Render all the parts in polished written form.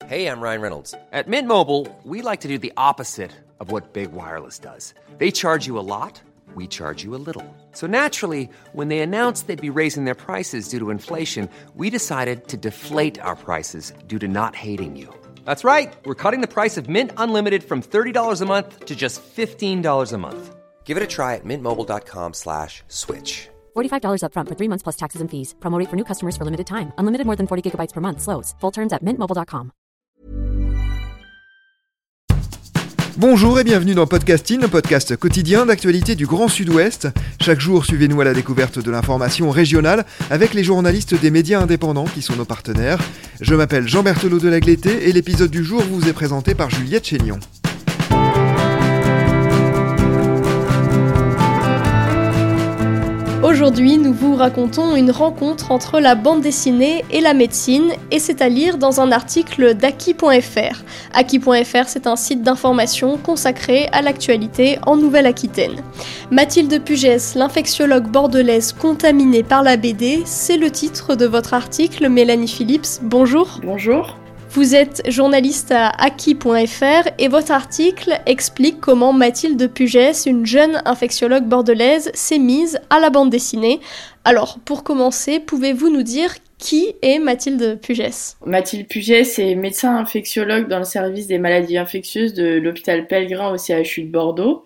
Hey, I'm Ryan Reynolds. At Mint Mobile, we like to do the opposite of what Big Wireless does. They charge you a lot, we charge you a little. So naturally, when they announced they'd be raising their prices due to inflation, we decided to deflate our prices due to not hating you. That's right. We're cutting the price of Mint Unlimited from $30 a month to just $15 a month. Give it a try at mintmobile.com/switch. $45 up front for 3 months plus taxes and fees. Promo rate for new customers for limited time. Unlimited more than 40 gigabytes per month. Slows full terms at mintmobile.com. Bonjour et bienvenue dans Podcasting, le podcast quotidien d'actualité du Grand Sud-Ouest. Chaque jour, suivez-nous à la découverte de l'information régionale avec les journalistes des médias indépendants qui sont nos partenaires. Je m'appelle Jean Berthelot de Lagleté et l'épisode du jour vous est présenté par Juliette Chénion. Aujourd'hui, nous vous racontons une rencontre entre la bande dessinée et la médecine, et c'est à lire dans un article d'Aki.fr. Aki.fr, c'est un site d'information consacré à l'actualité en Nouvelle-Aquitaine. Mathilde Pugès, l'infectiologue bordelaise contaminée par la BD, c'est le titre de votre article. Mélanie Phillips, bonjour. Bonjour. Vous êtes journaliste à Aki.fr et votre article explique comment Mathilde Pugès, une jeune infectiologue bordelaise, s'est mise à la bande dessinée. Alors, pour commencer, pouvez-vous nous dire qui est Mathilde Pugès ? Mathilde Pugès est médecin infectiologue dans le service des maladies infectieuses de l'hôpital Pellegrin au CHU de Bordeaux.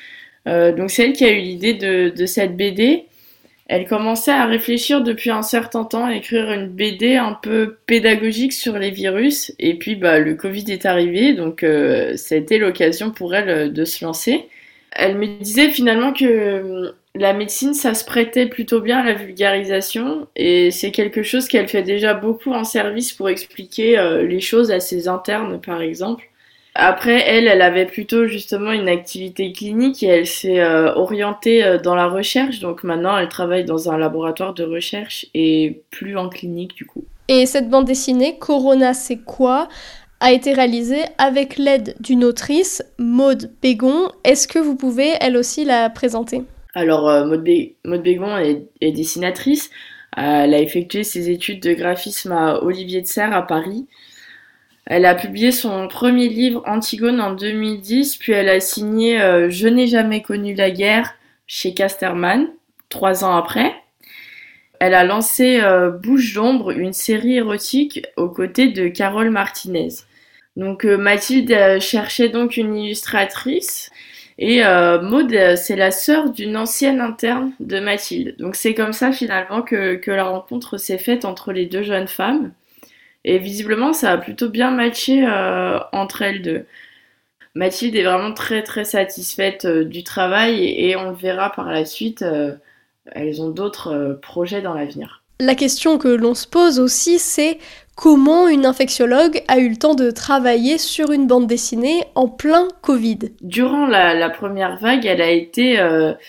Donc c'est elle qui a eu l'idée de cette BD. Elle commençait à réfléchir depuis un certain temps à écrire une BD un peu pédagogique sur les virus. Et puis le Covid est arrivé, donc ça a été l'occasion pour elle de se lancer. Elle me disait finalement que la médecine, ça se prêtait plutôt bien à la vulgarisation. Et c'est quelque chose qu'elle fait déjà beaucoup en service pour expliquer les choses à ses internes, par exemple. Après, elle avait plutôt justement une activité clinique et elle s'est orientée dans la recherche. Donc maintenant, elle travaille dans un laboratoire de recherche et plus en clinique du coup. Et cette bande dessinée, Corona c'est quoi ? A été réalisée avec l'aide d'une autrice, Maude Bégon. Est-ce que vous pouvez, elle aussi, la présenter ? Alors, Maude Bégon est dessinatrice. Elle a effectué ses études de graphisme à Olivier de Serres à Paris. Elle a publié son premier livre, Antigone, en 2010, puis elle a signé Je n'ai jamais connu la guerre chez Casterman, 3 ans après. Elle a lancé Bouche d'ombre, une série érotique aux côtés de Carole Martinez. Donc Mathilde cherchait donc une illustratrice et Maude, c'est la sœur d'une ancienne interne de Mathilde. Donc c'est comme ça finalement que la rencontre s'est faite entre les deux jeunes femmes. Et visiblement, ça a plutôt bien matché entre elles deux. Mathilde est vraiment très très satisfaite du travail et on le verra par la suite, elles ont d'autres projets dans l'avenir. La question que l'on se pose aussi, c'est comment une infectiologue a eu le temps de travailler sur une bande dessinée en plein Covid ? Durant la première vague, elle a été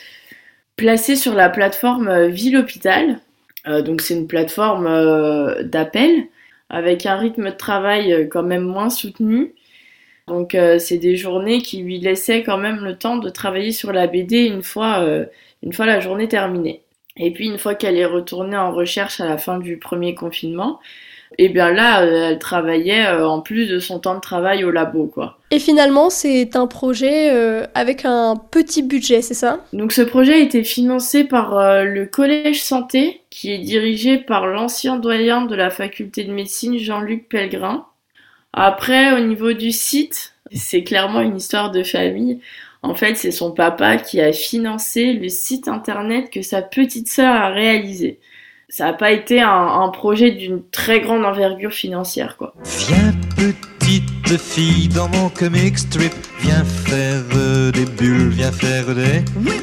placée sur la plateforme Ville-Hôpital. Donc c'est une plateforme d'appel, avec un rythme de travail quand même moins soutenu. Donc c'est des journées qui lui laissaient quand même le temps de travailler sur la BD une fois la journée terminée. Et puis une fois qu'elle est retournée en recherche à la fin du premier confinement, et bien là elle travaillait en plus de son temps de travail au labo, quoi. Et finalement c'est un projet avec un petit budget, c'est ça ? Donc ce projet a été financé par le Collège Santé, qui est dirigé par l'ancien doyen de la faculté de médecine Jean-Luc Pellegrin. Après, au niveau du site, c'est clairement une histoire de famille. En fait, c'est son papa qui a financé le site internet que sa petite sœur a réalisé. Ça n'a pas été un projet d'une très grande envergure financière, quoi. Viens petite fille dans mon comic strip, viens faire des bulles, viens faire des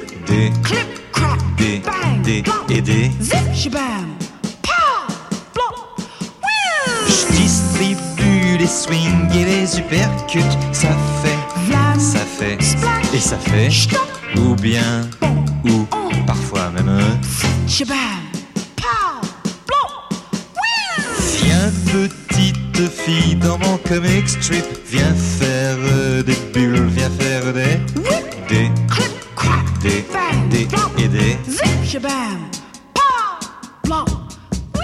Je distribue les swings et les uppercuts, ça fait, et ça fait, ou bien, ou parfois même, viens petite fille dans mon comic strip, viens faire des bulles, viens faire des et des.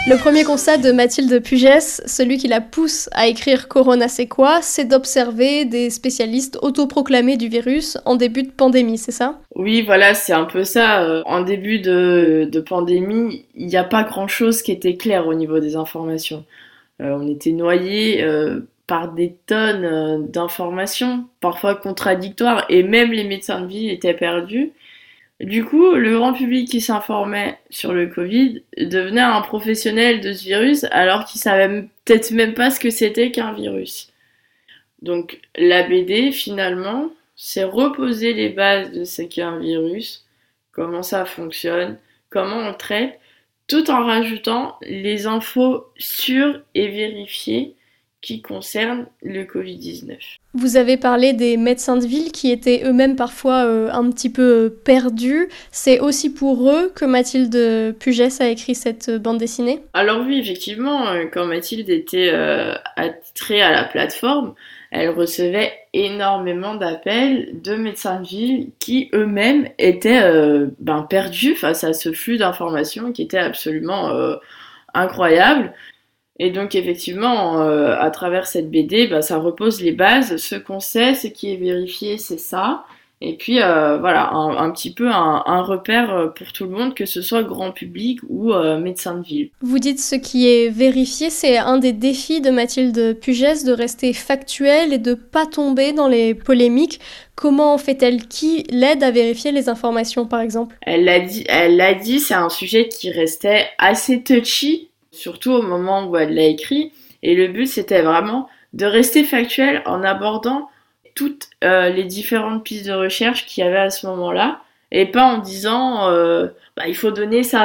Le premier constat de Mathilde Pugès, celui qui la pousse à écrire Corona c'est quoi, c'est d'observer des spécialistes autoproclamés du virus en début de pandémie, c'est ça ? Oui, voilà, c'est un peu ça. En début de pandémie, il n'y a pas grand-chose qui était clair au niveau des informations. On était noyés par des tonnes d'informations, parfois contradictoires, et même les médecins de ville étaient perdus. Du coup, le grand public qui s'informait sur le Covid devenait un professionnel de ce virus alors qu'il savait peut-être même pas ce que c'était qu'un virus. Donc la BD, finalement, c'est reposer les bases de ce qu'est un virus, comment ça fonctionne, comment on le traite, tout en rajoutant les infos sûres et vérifiées qui concernent le Covid-19. Vous avez parlé des médecins de ville qui étaient eux-mêmes parfois un petit peu perdus. C'est aussi pour eux que Mathilde Pugès a écrit cette bande dessinée ? Alors oui, effectivement, quand Mathilde était attitrée à la plateforme, elle recevait énormément d'appels de médecins de ville qui eux-mêmes étaient perdus face à ce flux d'informations qui était absolument incroyable. Et donc effectivement, à travers cette BD, ça repose les bases, ce qu'on sait, ce qui est vérifié, c'est ça. Et puis voilà, un petit peu un repère pour tout le monde, que ce soit grand public ou médecin de ville. Vous dites ce qui est vérifié, c'est un des défis de Mathilde Pugès de rester factuelle et de pas tomber dans les polémiques. Comment fait-elle ? Qui l'aide à vérifier les informations, par exemple ? Elle l'a dit, c'est un sujet qui restait assez touchy, surtout au moment où elle l'a écrit, et le but c'était vraiment de rester factuel en abordant toutes les différentes pistes de recherche qu'il y avait à ce moment-là, et pas en disant il faut donner ça.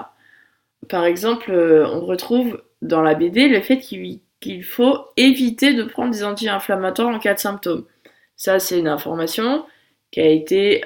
Par exemple, on retrouve dans la BD le fait qu'il faut éviter de prendre des anti-inflammatoires en cas de symptômes. Ça, c'est une information qui a été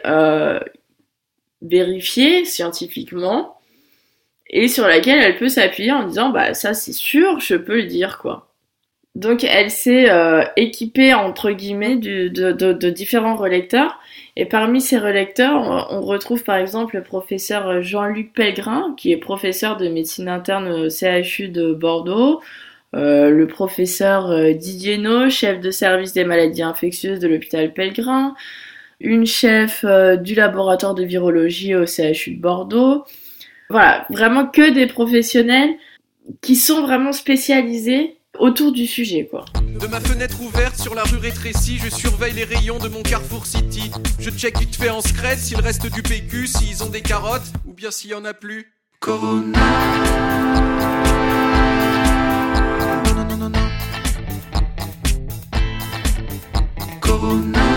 vérifiée scientifiquement, et sur laquelle elle peut s'appuyer en disant ça c'est sûr, je peux le dire quoi. Donc elle s'est équipée entre guillemets de différents relecteurs, et parmi ces relecteurs on retrouve par exemple le professeur Jean-Luc Pellegrin qui est professeur de médecine interne au CHU de Bordeaux, le professeur Didier No, chef de service des maladies infectieuses de l'hôpital Pellegrin, une chef du laboratoire de virologie au CHU de Bordeaux. Voilà, vraiment que des professionnels qui sont vraiment spécialisés autour du sujet, quoi. De ma fenêtre ouverte sur la rue rétrécie, je surveille les rayons de mon Carrefour City. Je check vite fait en secret s'il reste du PQ, s'ils ont des carottes, ou bien s'il y en a plus. Corona. Non. Corona.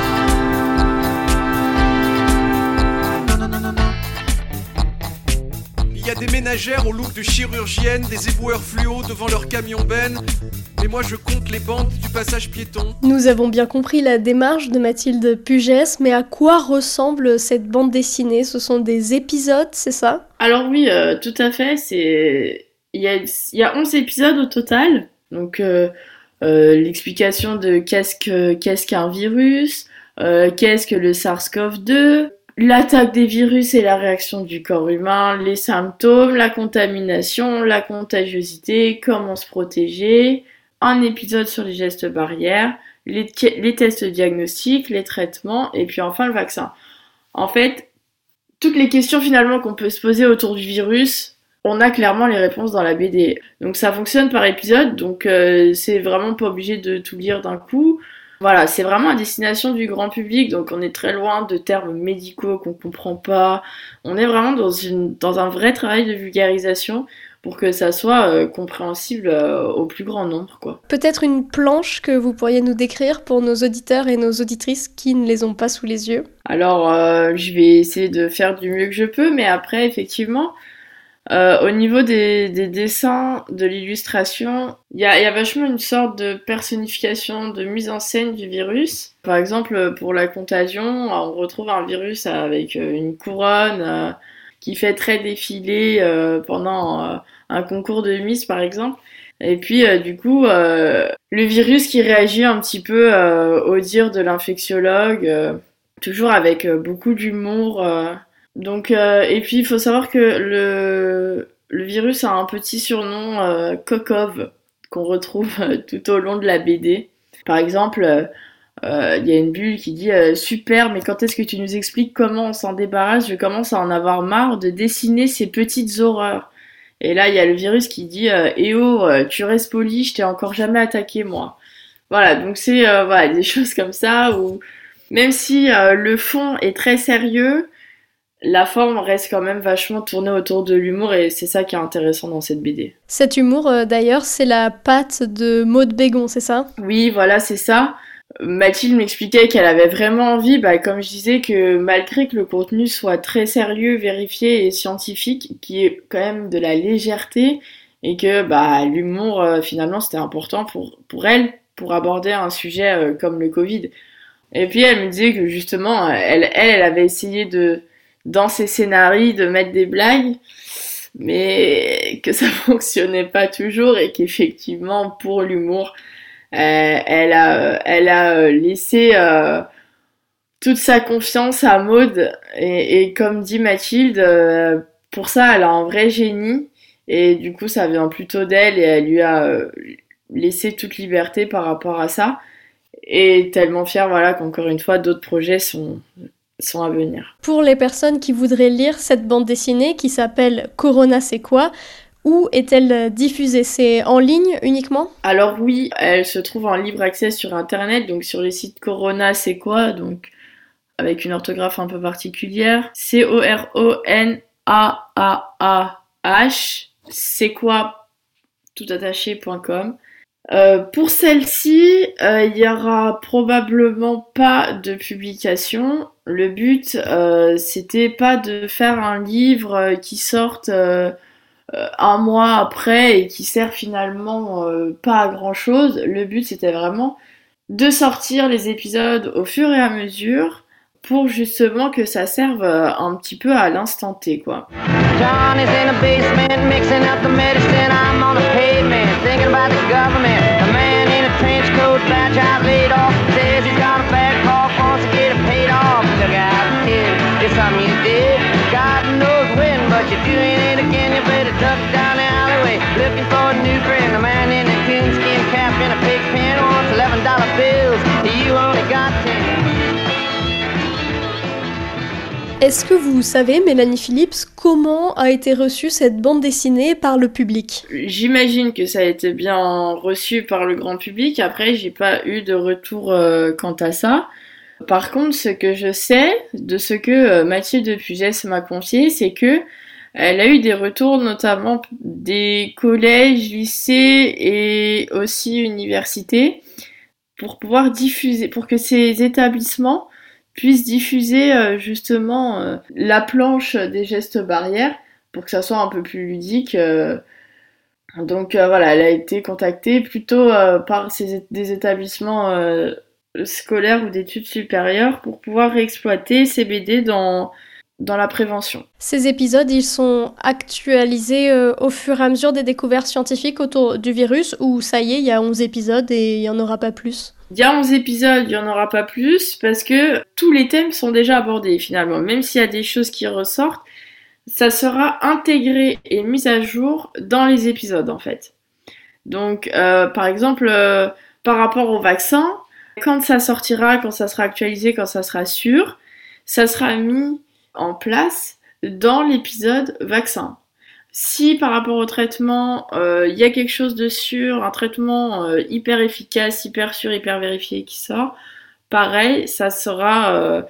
Il y a des ménagères au look de chirurgienne, des éboueurs fluo devant leur camion ben. Mais moi je compte les bandes du passage piéton. Nous avons bien compris la démarche de Mathilde Pugès, mais à quoi ressemble cette bande dessinée ? Ce sont des épisodes, c'est ça ? Alors oui, tout à fait. Il y a 11 épisodes au total. Donc l'explication de qu'est-ce qu'un virus, qu'est-ce que le SARS-CoV-2, l'attaque des virus et la réaction du corps humain, les symptômes, la contamination, la contagiosité, comment se protéger, un épisode sur les gestes barrières, les tests diagnostiques, les traitements, et puis enfin le vaccin. En fait, toutes les questions finalement qu'on peut se poser autour du virus, on a clairement les réponses dans la BD. Donc ça fonctionne par épisode, donc c'est vraiment pas obligé de tout lire d'un coup. Voilà, c'est vraiment à destination du grand public, donc on est très loin de termes médicaux qu'on comprend pas. On est vraiment dans un vrai travail de vulgarisation pour que ça soit compréhensible au plus grand nombre, quoi. Peut-être une planche que vous pourriez nous décrire pour nos auditeurs et nos auditrices qui ne les ont pas sous les yeux. Alors, je vais essayer de faire du mieux que je peux, mais après, effectivement, au niveau des dessins, de l'illustration, il y a vachement une sorte de personnification, de mise en scène du virus. Par exemple, pour la contagion, on retrouve un virus avec une couronne qui fait très défiler pendant un concours de Miss, par exemple. Et puis, du coup, le virus qui réagit un petit peu au dire de l'infectiologue, toujours avec beaucoup d'humour. Donc, et puis il faut savoir que le virus a un petit surnom Kokov qu'on retrouve tout au long de la BD. Par exemple, y a une bulle qui dit super, mais quand est-ce que tu nous expliques comment on s'en débarrasse? Je commence à en avoir marre de dessiner ces petites horreurs. Et là, il y a le virus qui dit eh oh, tu restes poli, je t'ai encore jamais attaqué, moi. Voilà, donc c'est voilà, des choses comme ça où même si le fond est très sérieux, la forme reste quand même vachement tournée autour de l'humour et c'est ça qui est intéressant dans cette BD. Cet humour, d'ailleurs, c'est la patte de Maud Bégon, c'est ça? Oui, voilà, c'est ça. Mathilde m'expliquait qu'elle avait vraiment envie, comme je disais, que malgré que le contenu soit très sérieux, vérifié et scientifique, qu'il y ait quand même de la légèreté et que l'humour, finalement, c'était important pour elle, pour aborder un sujet comme le Covid. Et puis elle me disait que justement, elle avait essayé dans ses scénarios de mettre des blagues, mais que ça fonctionnait pas toujours et qu'effectivement, pour l'humour, elle a laissé toute sa confiance à Maud et comme dit Mathilde, pour ça, elle a un vrai génie et du coup, ça vient plutôt d'elle et elle lui a laissé toute liberté par rapport à ça. Et tellement fière, voilà, qu'encore une fois, d'autres projets sont à venir. Pour les personnes qui voudraient lire cette bande dessinée qui s'appelle Corona c'est quoi, où est-elle diffusée? C'est en ligne uniquement? Alors oui, elle se trouve en libre accès sur internet, donc sur le site Corona c'est quoi, donc avec une orthographe un peu particulière, CORONAAAH, c'est quoi, toutattaché.com. Pour celle-ci, il y aura probablement pas de publication. Le but, c'était pas de faire un livre qui sorte un mois après et qui sert finalement pas à grand-chose. Le but, c'était vraiment de sortir les épisodes au fur et à mesure pour justement que ça serve un petit peu à l'instant T, quoi. John is in the basement mixing up the medicine. I'm on the pavement thinking about the government. A man in a trench coat, badge out laid off, says he's got a bad cough, wants to get it paid off. Look out, kid, it's something you did. God knows when, but you're doing it again. You better duck down the alleyway, looking for a new friend. A man in a coonskin cap in a pig pen wants $11 bills. You only got 10. Est-ce que vous savez, Mélanie Phillips, comment a été reçue cette bande dessinée par le public? J'imagine que ça a été bien reçu par le grand public. Après, j'ai pas eu de retour quant à ça. Par contre, ce que je sais de ce que Mathilde Pugès m'a confié, c'est que elle a eu des retours notamment des collèges, lycées et aussi universités pour pouvoir diffuser, pour que ces établissements puissent diffuser justement la planche des gestes barrières pour que ça soit un peu plus ludique. Donc voilà, elle a été contactée plutôt par des établissements scolaires ou d'études supérieures pour pouvoir réexploiter ces BD dans la prévention. Ces épisodes, ils sont actualisés au fur et à mesure des découvertes scientifiques autour du virus, ou ça y est, il y a 11 épisodes et il n'y en aura pas plus? Il y a 11 épisodes, il n'y en aura pas plus, parce que tous les thèmes sont déjà abordés finalement. Même s'il y a des choses qui ressortent, ça sera intégré et mis à jour dans les épisodes en fait. Donc par exemple, par rapport au vaccin, quand ça sortira, quand ça sera actualisé, quand ça sera sûr, ça sera mis en place dans l'épisode vaccin. Si par rapport au traitement, il y a quelque chose de sûr, un traitement hyper efficace, hyper sûr, hyper vérifié qui sort, pareil, ça sera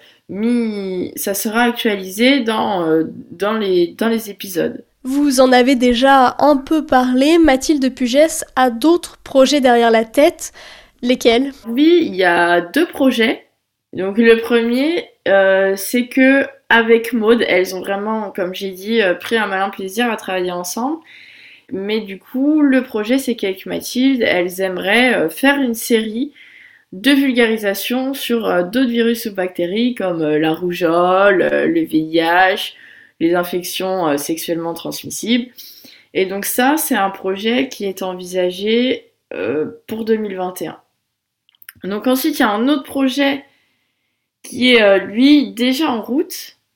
actualisé dans les épisodes. Vous en avez déjà un peu parlé, Mathilde Pugès a d'autres projets derrière la tête. Lesquels? Oui, il y a 2 projets. Donc le premier, c'est que avec Maud, elles ont vraiment, comme j'ai dit, pris un malin plaisir à travailler ensemble. Mais du coup, le projet, c'est qu'avec Mathilde, elles aimeraient faire une série de vulgarisation sur d'autres virus ou bactéries comme la rougeole, le VIH, les infections sexuellement transmissibles. Et donc ça, c'est un projet qui est envisagé pour 2021. Donc ensuite, il y a un autre projet qui est, lui, déjà en route.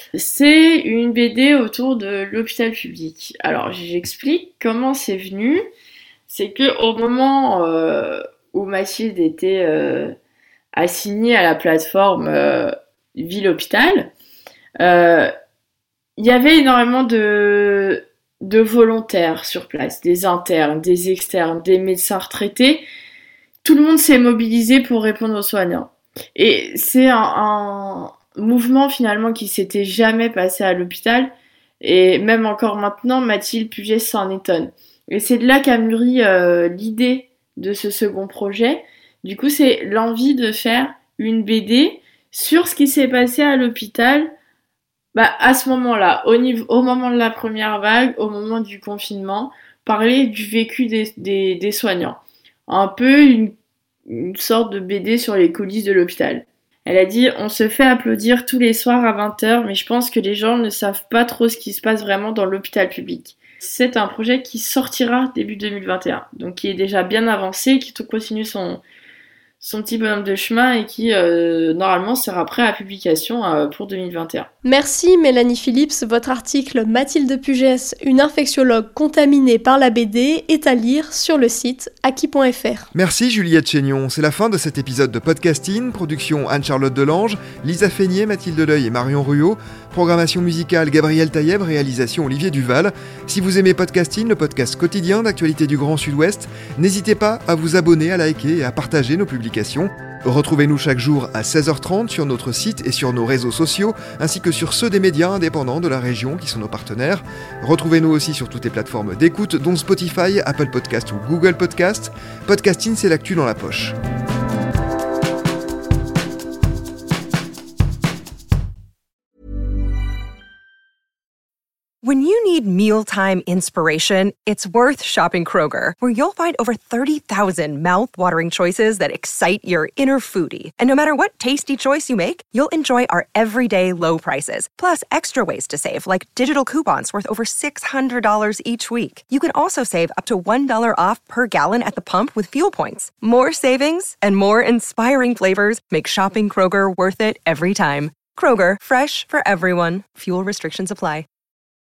C'est une BD autour de l'hôpital public. Alors, j'explique comment c'est venu. C'est que au moment où Mathilde était assignée à la plateforme Ville-Hôpital, il y avait énormément de volontaires sur place, des internes, des externes, des médecins retraités. Tout le monde s'est mobilisé pour répondre aux soignants. Et c'est un mouvement finalement qui s'était jamais passé à l'hôpital. Et même encore maintenant, Mathilde Puget s'en étonne. Et c'est de là qu'a mûri l'idée de ce second projet. Du coup, c'est l'envie de faire une BD sur ce qui s'est passé à l'hôpital à ce moment-là, au moment de la première vague, au moment du confinement, parler du vécu des soignants. Un peu une sorte de BD sur les coulisses de l'hôpital. Elle a dit « On se fait applaudir tous les soirs à 20h, mais je pense que les gens ne savent pas trop ce qui se passe vraiment dans l'hôpital public. » C'est un projet qui sortira début 2021, donc qui est déjà bien avancé, qui continue son petit bonhomme de chemin et qui normalement sera prêt à publication pour 2021. Merci Mélanie Phillips, votre article Mathilde Puget, une infectiologue contaminée par la BD est à lire sur le site aki.fr. Merci Juliette Chénion, c'est la fin de cet épisode de Podcasting, production Anne-Charlotte Delange, Lisa Feignet, Mathilde Leuil et Marion Ruot, programmation musicale Gabriel Taïeb, réalisation Olivier Duval. Si vous aimez Podcasting, le podcast quotidien d'actualité du Grand Sud-Ouest, n'hésitez pas à vous abonner, à liker et à partager nos publications. Retrouvez-nous chaque jour à 16h30 sur notre site et sur nos réseaux sociaux, ainsi que sur ceux des médias indépendants de la région qui sont nos partenaires. Retrouvez-nous aussi sur toutes les plateformes d'écoute, dont Spotify, Apple Podcast ou Google Podcast. Podcasting, c'est l'actu dans la poche. When you need mealtime inspiration, it's worth shopping Kroger, where you'll find over 30,000 mouth-watering choices that excite your inner foodie. And no matter what tasty choice you make, you'll enjoy our everyday low prices, plus extra ways to save, like digital coupons worth over $600 each week. You can also save up to $1 off per gallon at the pump with fuel points. More savings and more inspiring flavors make shopping Kroger worth it every time. Kroger, fresh for everyone. Fuel restrictions apply.